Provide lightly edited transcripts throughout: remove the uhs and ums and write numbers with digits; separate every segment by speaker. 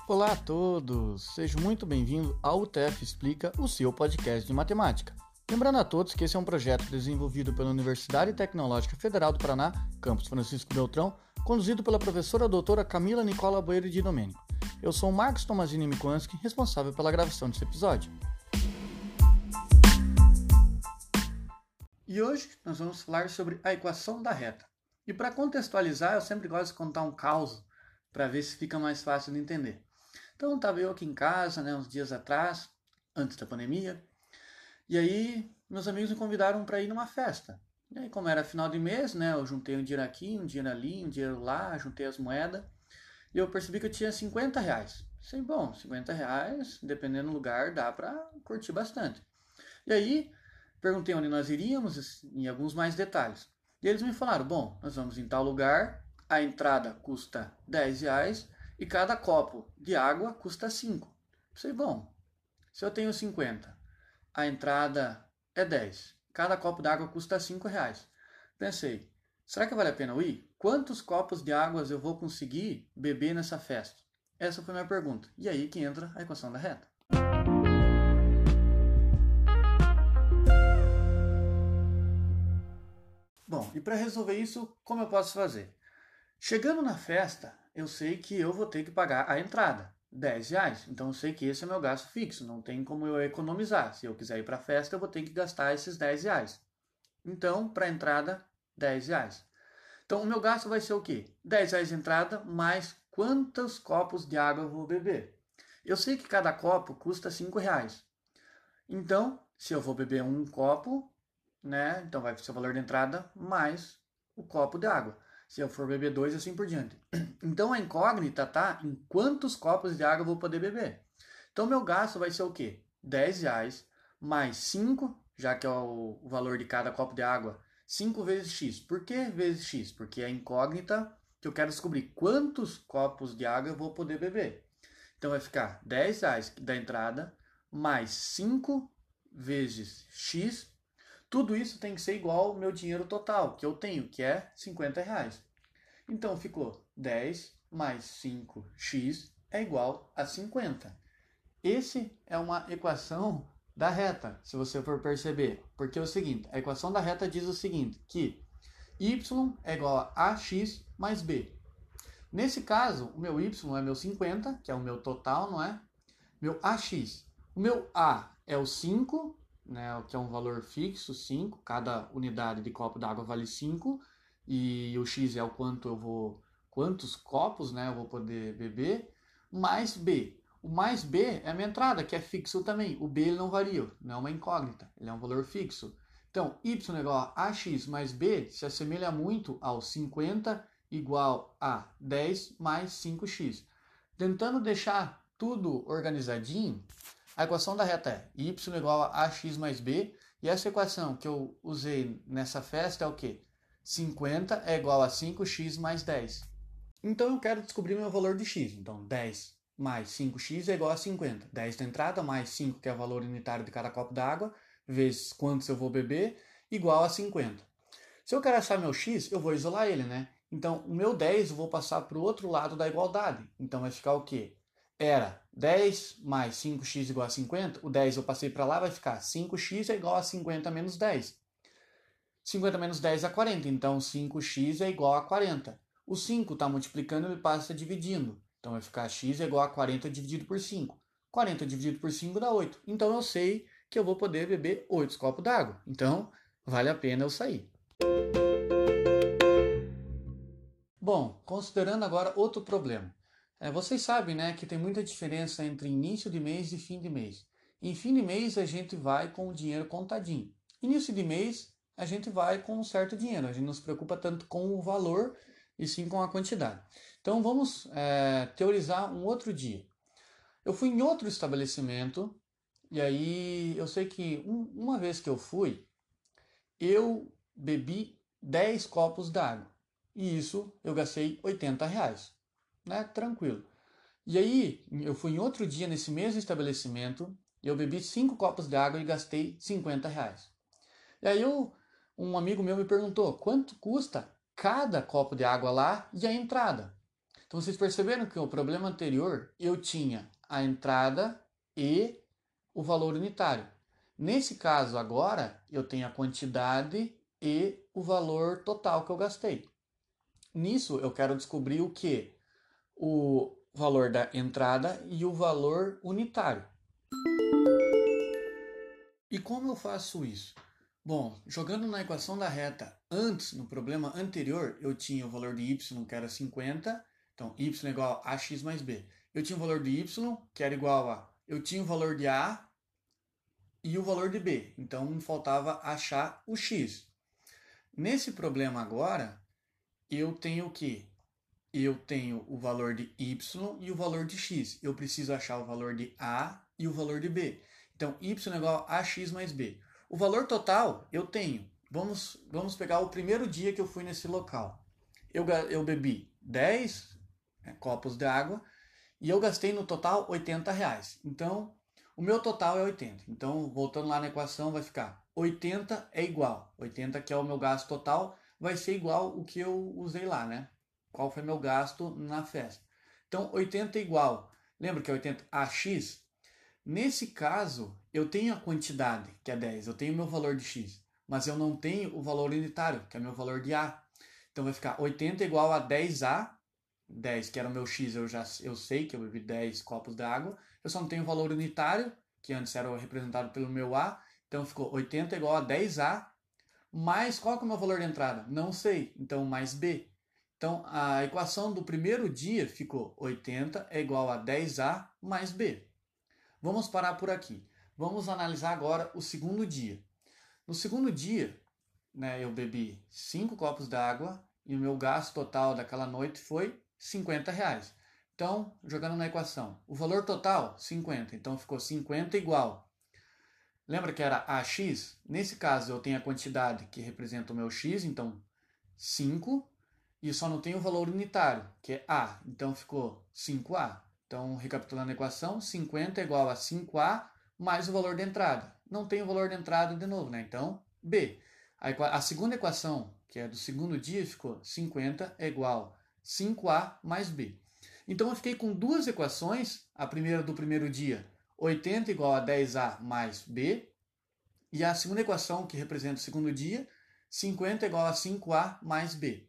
Speaker 1: Olá a todos! Sejam muito bem-vindos ao UTF Explica, o seu podcast de matemática. Lembrando a todos que esse é um projeto desenvolvido pela Universidade Tecnológica Federal do Paraná, campus Francisco Beltrão, conduzido pela professora doutora Camila Nicola Boeira de Domênico. Eu sou o Marcos Tomazini Mikuanski, responsável pela gravação desse episódio. E hoje nós vamos falar sobre a equação da reta. E para contextualizar, eu sempre gosto de contar um caso para ver se fica mais fácil de entender. Então, estava eu aqui em casa, uns dias atrás, antes da pandemia, e aí meus amigos me convidaram para ir numa festa. E aí, como era final de mês, eu juntei um dinheiro aqui, um dinheiro ali, um dinheiro lá, juntei as moedas, e eu percebi que eu tinha R$50. Sei, bom, R$50, dependendo do lugar, dá para curtir bastante. E aí, perguntei onde nós iríamos, em alguns mais detalhes. E eles me falaram, bom, nós vamos em tal lugar, a entrada custa R$10 e cada copo de água custa 5. Pensei, bom, se eu tenho 50, a entrada é 10, cada copo de água custa R$5. Pensei, será que vale a pena eu ir? Quantos copos de água eu vou conseguir beber nessa festa? Essa foi a minha pergunta. E aí que entra a equação da reta. Bom, e para resolver isso, como eu posso fazer? Chegando na festa, eu sei que eu vou ter que pagar a entrada, R$10. Então eu sei que esse é meu gasto fixo, não tem como eu economizar. Se eu quiser ir para a festa, eu vou ter que gastar esses R$10. Então, para a entrada, R$10. Então o meu gasto vai ser o quê? R$10 de entrada, mais quantos copos de água eu vou beber. Eu sei que cada copo custa R$5. Então, se eu vou beber um copo, então vai ser o valor da entrada mais o copo de água. Se eu for beber 2, assim por diante. Então a incógnita está em quantos copos de água eu vou poder beber. Então meu gasto vai ser o quê? R$10 mais 5, já que é o valor de cada copo de água, 5 vezes x. Por que vezes x? Porque é a incógnita que eu quero descobrir quantos copos de água eu vou poder beber. Então vai ficar R$10 da entrada mais 5 vezes x. Tudo isso tem que ser igual ao meu dinheiro total, que eu tenho, que é R$50. Então ficou 10 mais 5x é igual a 50. Esse é uma equação da reta, se você for perceber. Porque é o seguinte, a equação da reta diz o seguinte, que y é igual a ax mais b. Nesse caso, o meu y é meu 50, que é o meu total, não é? Meu ax. O meu a é o 5, que é um valor fixo, 5, cada unidade de copo d'água vale 5, e o x é o quantos copos eu vou poder beber, mais b. O mais b é a minha entrada, que é fixo também. O b ele não varia, não é uma incógnita, ele é um valor fixo. Então, y é igual a ax mais b se assemelha muito ao 50 igual a 10 mais 5x. Tentando deixar tudo organizadinho, a equação da reta é y igual a ax mais b, e essa equação que eu usei nessa festa é o quê? 50 é igual a 5x mais 10. Então eu quero descobrir meu valor de x. Então 10 mais 5x é igual a 50. 10 da entrada mais 5, que é o valor unitário de cada copo d'água, vezes quantos eu vou beber, igual a 50. Se eu quero achar meu x, eu vou isolar ele, Então o meu 10 eu vou passar para o outro lado da igualdade. Então vai ficar o quê? Era 10 mais 5x igual a 50, o 10 eu passei para lá, vai ficar 5x é igual a 50 menos 10. 50 menos 10 é 40, então 5x é igual a 40. O 5 está multiplicando, ele passa dividindo. Então vai ficar x é igual a 40 dividido por 5. 40 dividido por 5 dá 8. Então eu sei que eu vou poder beber 8 copos d'água. Então vale a pena eu sair. Bom, considerando agora outro problema. Vocês sabem que tem muita diferença entre início de mês e fim de mês. Em fim de mês a gente vai com o dinheiro contadinho. Início de mês a gente vai com um certo dinheiro. A gente não se preocupa tanto com o valor e sim com a quantidade. Então vamos teorizar um outro dia. Eu fui em outro estabelecimento e aí eu sei que uma vez que eu fui, eu bebi 10 copos d'água. E isso eu gastei R$80. Tranquilo. E aí, eu fui em outro dia nesse mesmo estabelecimento, eu bebi 5 copos de água e gastei R$50. E aí, um amigo meu me perguntou, quanto custa cada copo de água lá e a entrada? Então vocês perceberam que o problema anterior eu tinha a entrada e o valor unitário. Nesse caso agora eu tenho a quantidade e o valor total que eu gastei. Nisso eu quero descobrir o que? O valor da entrada e o valor unitário. E como eu faço isso? Bom, jogando na equação da reta antes, no problema anterior, eu tinha o valor de y, que era 50, então y é igual a x mais b. Eu tinha o valor de y, que era igual a... Eu tinha o valor de a e o valor de b, então me faltava achar o x. Nesse problema agora, eu tenho o quê? Eu tenho o valor de y e o valor de x. Eu preciso achar o valor de a e o valor de b. Então, y é igual a x mais b. O valor total eu tenho. Vamos pegar o primeiro dia que eu fui nesse local. Eu bebi 10 copos de água e eu gastei no total R$ 80. Então, o meu total é 80. Então, voltando lá na equação, vai ficar 80 é igual. 80, que é o meu gasto total, vai ser igual o que eu usei lá, né? Qual foi meu gasto na festa. Então, 80 é igual. Lembra que é 80 AX? Nesse caso, eu tenho a quantidade, que é 10. Eu tenho o meu valor de X. Mas eu não tenho o valor unitário, que é meu valor de A. Então, vai ficar 80 igual a 10A. 10, que era o meu X, eu sei que eu bebi 10 copos d'água. Eu só não tenho o valor unitário, que antes era representado pelo meu A. Então, ficou 80 igual a 10A. Mais qual que é o meu valor de entrada? Não sei. Então, mais B. Então, a equação do primeiro dia ficou 80 é igual a 10A mais B. Vamos parar por aqui. Vamos analisar agora o segundo dia. No segundo dia, né, eu bebi 5 copos d'água e o meu gasto total daquela noite foi R$ 50. Então, jogando na equação, o valor total, 50. Então, ficou 50 igual. Lembra que era AX? Nesse caso, eu tenho a quantidade que representa o meu X, então 5, e só não tenho o valor unitário, que é A. Então ficou 5A. Então, recapitulando a equação, 50 é igual a 5A mais o valor de entrada. Não tem o valor de entrada de novo, né? Então, B. A segunda equação, que é do segundo dia, ficou 50 é igual a 5A mais B. Então, eu fiquei com duas equações. A primeira do primeiro dia, 80 igual a 10A mais B. E a segunda equação, que representa o segundo dia, 50 igual a 5A mais B.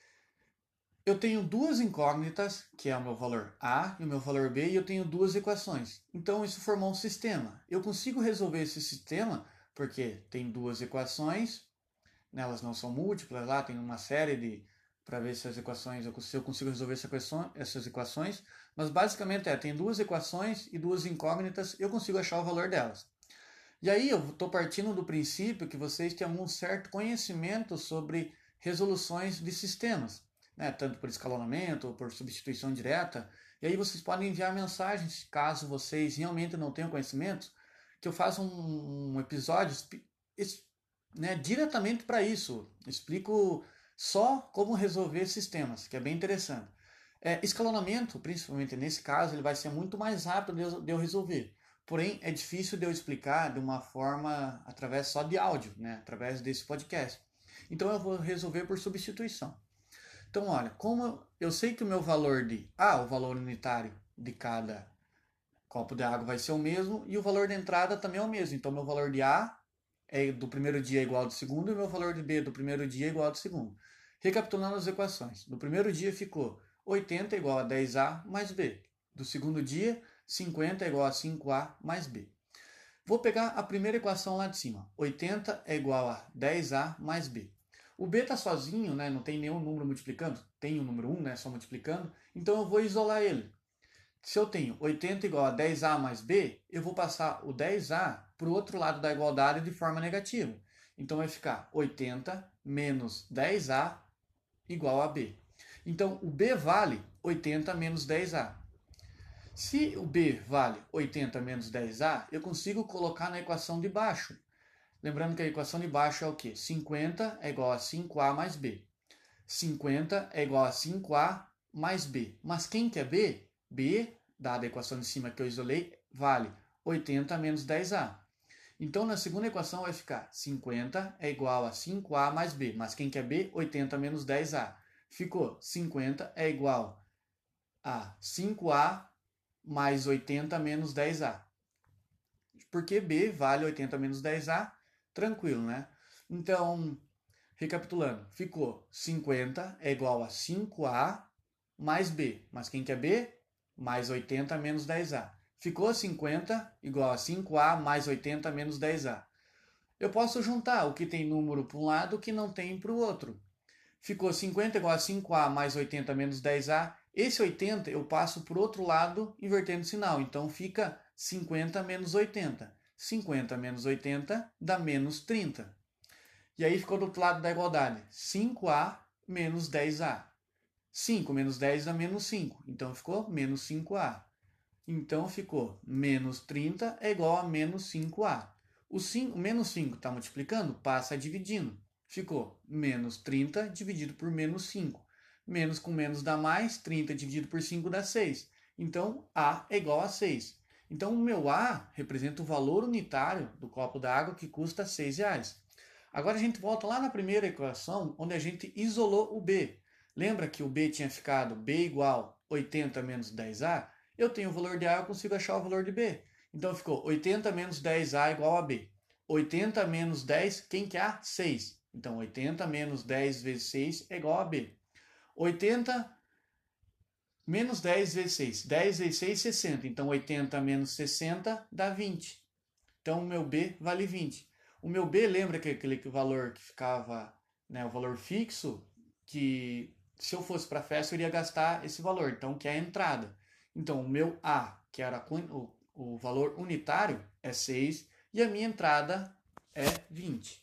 Speaker 1: Eu tenho duas incógnitas, que é o meu valor A e o meu valor B, e eu tenho duas equações. Então, isso formou um sistema. Eu consigo resolver esse sistema porque tem duas equações, né, elas não são múltiplas, lá tem uma série de... para ver se as equações, se eu consigo resolver essas equações, mas basicamente tem duas equações e duas incógnitas, eu consigo achar o valor delas. E aí eu estou partindo do princípio que vocês têm algum certo conhecimento sobre resoluções de sistemas, né? Tanto por escalonamento ou por substituição direta. E aí vocês podem enviar mensagens, caso vocês realmente não tenham conhecimento, que eu faça um episódio né, diretamente para isso. Explico só como resolver sistemas, que é bem interessante. Escalonamento, principalmente nesse caso, ele vai ser muito mais rápido de eu resolver. Porém, é difícil de eu explicar de uma forma através só de áudio, né? Através desse podcast. Então eu vou resolver por substituição. Então, olha, como eu sei que o meu valor de A, o valor unitário de cada copo de água vai ser o mesmo e o valor de entrada também é o mesmo. Então, meu valor de A do primeiro dia é igual ao do segundo e meu valor de B do primeiro dia é igual ao do segundo. Recapitulando as equações. Do primeiro dia ficou 80 igual a 10A mais B. Do segundo dia, 50 é igual a 5A mais B. Vou pegar a primeira equação lá de cima. 80 é igual a 10A mais B. O B está sozinho, né? Não tem nenhum número multiplicando. Tem o número 1, né? Só multiplicando. Então eu vou isolar ele. Se eu tenho 80 igual a 10A mais B, eu vou passar o 10A para o outro lado da igualdade de forma negativa. Então vai ficar 80 menos 10A igual a B. Então o B vale 80 menos 10A. Se o B vale 80 menos 10A, eu consigo colocar na equação de baixo. Lembrando que a equação de baixo é o quê? 50 é igual a 5A mais B. 50 é igual a 5A mais B. Mas quem que é B? B, dada a equação de cima que eu isolei, vale 80 menos 10A. Então, na segunda equação vai ficar 50 é igual a 5A mais B. Mas quem que é B? 80 menos 10A. Ficou 50 é igual A, 5A mais 80 menos 10A. Porque B vale 80 menos 10A, tranquilo, né? Então, recapitulando, ficou 50 é igual a 5A mais B. Mas quem que é B? Mais 80 menos 10A. Ficou 50 igual a 5A mais 80 menos 10A. Eu posso juntar o que tem número para um lado e o que não tem para o outro. Ficou 50 igual a 5A mais 80 menos 10A. Esse 80 eu passo para o outro lado invertendo o sinal. Então fica 50 menos 80. 50 menos 80 dá menos 30. E aí ficou do outro lado da igualdade. 5A menos 10A. 5 menos 10 dá menos 5. Então ficou menos 5A. Então ficou menos 30 é igual a menos 5A. O menos 5 está multiplicando, passa dividindo. Ficou menos 30 dividido por menos 5. Menos com menos dá mais, 30 dividido por 5 dá 6. Então, A é igual a 6. Então, o meu A representa o valor unitário do copo d'água que custa R$6. Agora a gente volta lá na primeira equação, onde a gente isolou o B. Lembra que o B tinha ficado B igual 80 menos 10A? Eu tenho o valor de A, eu consigo achar o valor de B. Então ficou 80 menos 10A igual a B. 80 menos 10, quem que é A? 6. Então 80 menos 10 vezes 6 é igual a B. 80 menos 10 vezes 6. 10 vezes 6, 60. Então 80 menos 60 dá 20. Então o meu B vale 20. O meu B, lembra que aquele valor que ficava, né, o valor fixo, que se eu fosse para a festa eu iria gastar esse valor, então que é a entrada. Então o meu A, que era o valor unitário, é 6 e a minha entrada é 20.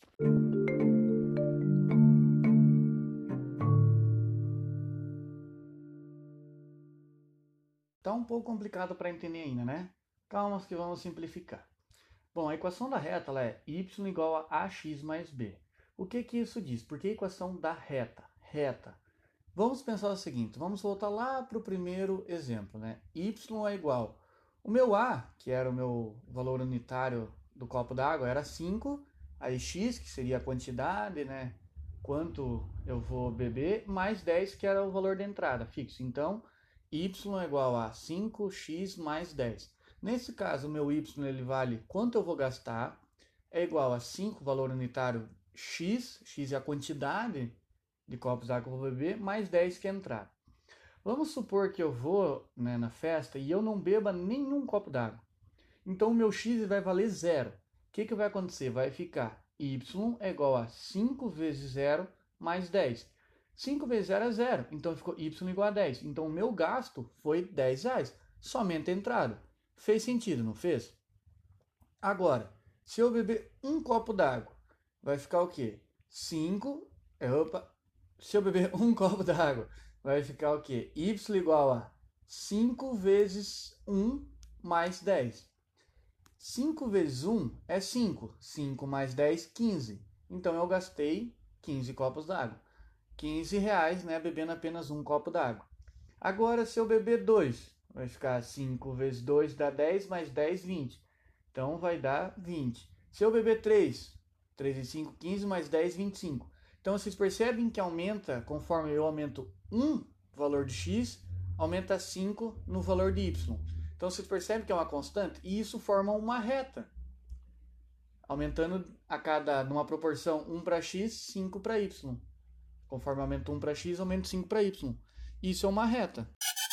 Speaker 1: Tá um pouco complicado para entender ainda, né? Calma que vamos simplificar. Bom, a equação da reta ela é y igual a ax mais b. O que que isso diz? Por que a equação da reta? Reta. Vamos pensar o seguinte, vamos voltar lá para o primeiro exemplo, né? Y é igual. O meu A, que era o meu valor unitário do copo d'água, era 5, aí x, que seria a quantidade, né? Quanto eu vou beber, mais 10, que era o valor da entrada, fixo. Então, y é igual a 5x mais 10. Nesse caso, o meu y ele vale quanto eu vou gastar, é igual a 5, valor unitário x é a quantidade de copos d'água que eu vou beber, mais 10 que é a entrada. Vamos supor que eu vou, né, na festa e eu não beba nenhum copo d'água. Então o meu x vai valer zero. O que vai acontecer? Vai ficar y é igual a 5 vezes 0 mais 10. 5 vezes 0 é zero, então ficou y igual a 10. Então o meu gasto foi R$10, somente a entrada. Fez sentido, não fez? Agora, se eu beber um copo d'água, vai ficar o quê? 5. Opa! Se eu beber um copo d'água, vai ficar o quê? Y igual a 5 vezes 1 mais 10. 5 vezes 1 é 5. 5 mais 10, 15. Então eu gastei 15 copos d'água. R$15, né, bebendo apenas um copo d'água. Agora, se eu beber 2, vai ficar 5 vezes 2 dá 10, mais 10, 20. Então vai dar 20. Se eu beber 3, 3 e 5, 15, mais 10, 25. Então vocês percebem que aumenta, conforme eu aumento 1 valor de x, aumenta 5 no valor de y. Então vocês percebem que é uma constante e isso forma uma reta. Aumentando numa proporção 1 para x, 5 para y. Conforme aumenta 1 para x, aumenta 5 para y. Isso é uma reta.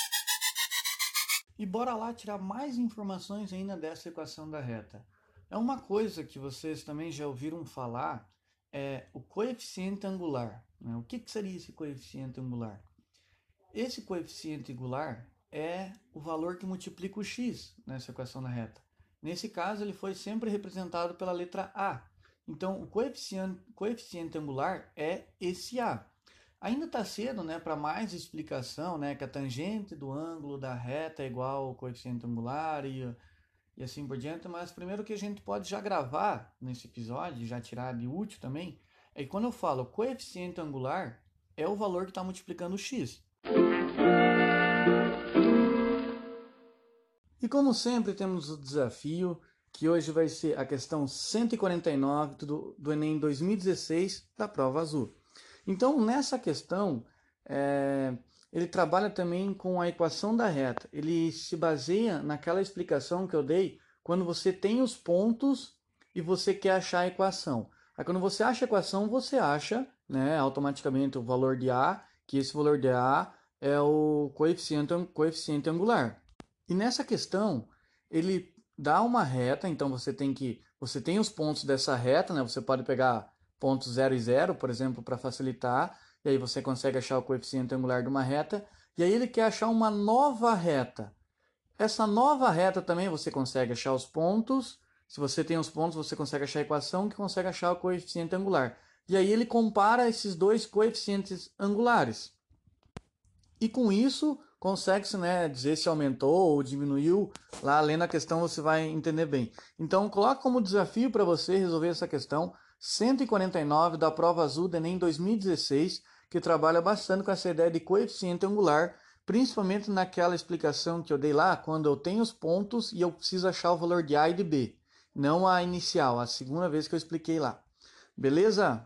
Speaker 1: E bora lá tirar mais informações ainda dessa equação da reta. É uma coisa que vocês também já ouviram falar, é o coeficiente angular. Né? O que seria esse coeficiente angular? Esse coeficiente angular é o valor que multiplica o x nessa equação da reta. Nesse caso, ele foi sempre representado pela letra A. Então, o coeficiente angular é esse A. Ainda está cedo, né, para mais explicação, né, que a tangente do ângulo da reta é igual ao coeficiente angular e assim por diante, mas primeiro que a gente pode já gravar nesse episódio, já tirar de útil também, é que quando eu falo coeficiente angular, é o valor que está multiplicando o x. E como sempre temos o desafio, que hoje vai ser a questão 149 do Enem 2016 da prova azul. Então, nessa questão, ele trabalha também com a equação da reta. Ele se baseia naquela explicação que eu dei quando você tem os pontos e você quer achar a equação. Aí quando você acha a equação, você acha, né, automaticamente o valor de A, que esse valor de A é o coeficiente angular. E nessa questão, ele dá uma reta, então você tem os pontos dessa reta, né? Você pode pegar pontos 0 e 0, por exemplo, para facilitar, e aí você consegue achar o coeficiente angular de uma reta, e aí ele quer achar uma nova reta. Essa nova reta também você consegue achar os pontos. Se você tem os pontos, você consegue achar a equação que consegue achar o coeficiente angular. E aí ele compara esses dois coeficientes angulares. E com isso, consegue-se, né, dizer se aumentou ou diminuiu. Lá, lendo a questão, você vai entender bem. Então, coloca como desafio para você resolver essa questão 149 da prova azul do Enem 2016, que trabalha bastante com essa ideia de coeficiente angular, principalmente naquela explicação que eu dei lá, quando eu tenho os pontos e eu preciso achar o valor de A e de B. Não a inicial, a segunda vez que eu expliquei lá. Beleza?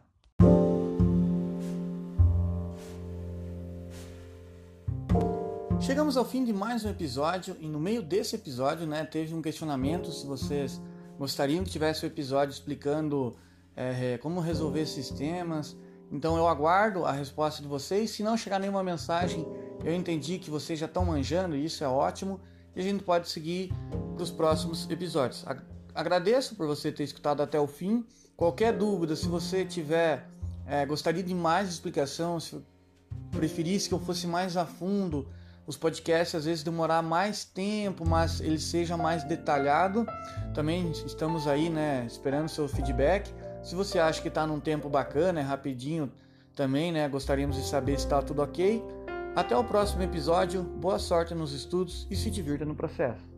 Speaker 1: Chegamos ao fim de mais um episódio e no meio desse episódio, né, teve um questionamento se vocês gostariam que tivesse um episódio explicando como resolver sistemas. Então eu aguardo a resposta de vocês. Se não chegar nenhuma mensagem, eu entendi que vocês já estão manjando e isso é ótimo. E a gente pode seguir para os próximos episódios. Agradeço por você ter escutado até o fim. Qualquer dúvida, se você tiver, gostaria de mais explicação, se preferisse que eu fosse mais a fundo, os podcasts às vezes demorar mais tempo, mas ele seja mais detalhado. Também estamos aí, né, esperando seu feedback. Se você acha que está num tempo bacana, rapidinho também, né, gostaríamos de saber se está tudo ok. Até o próximo episódio, boa sorte nos estudos e se divirta no processo.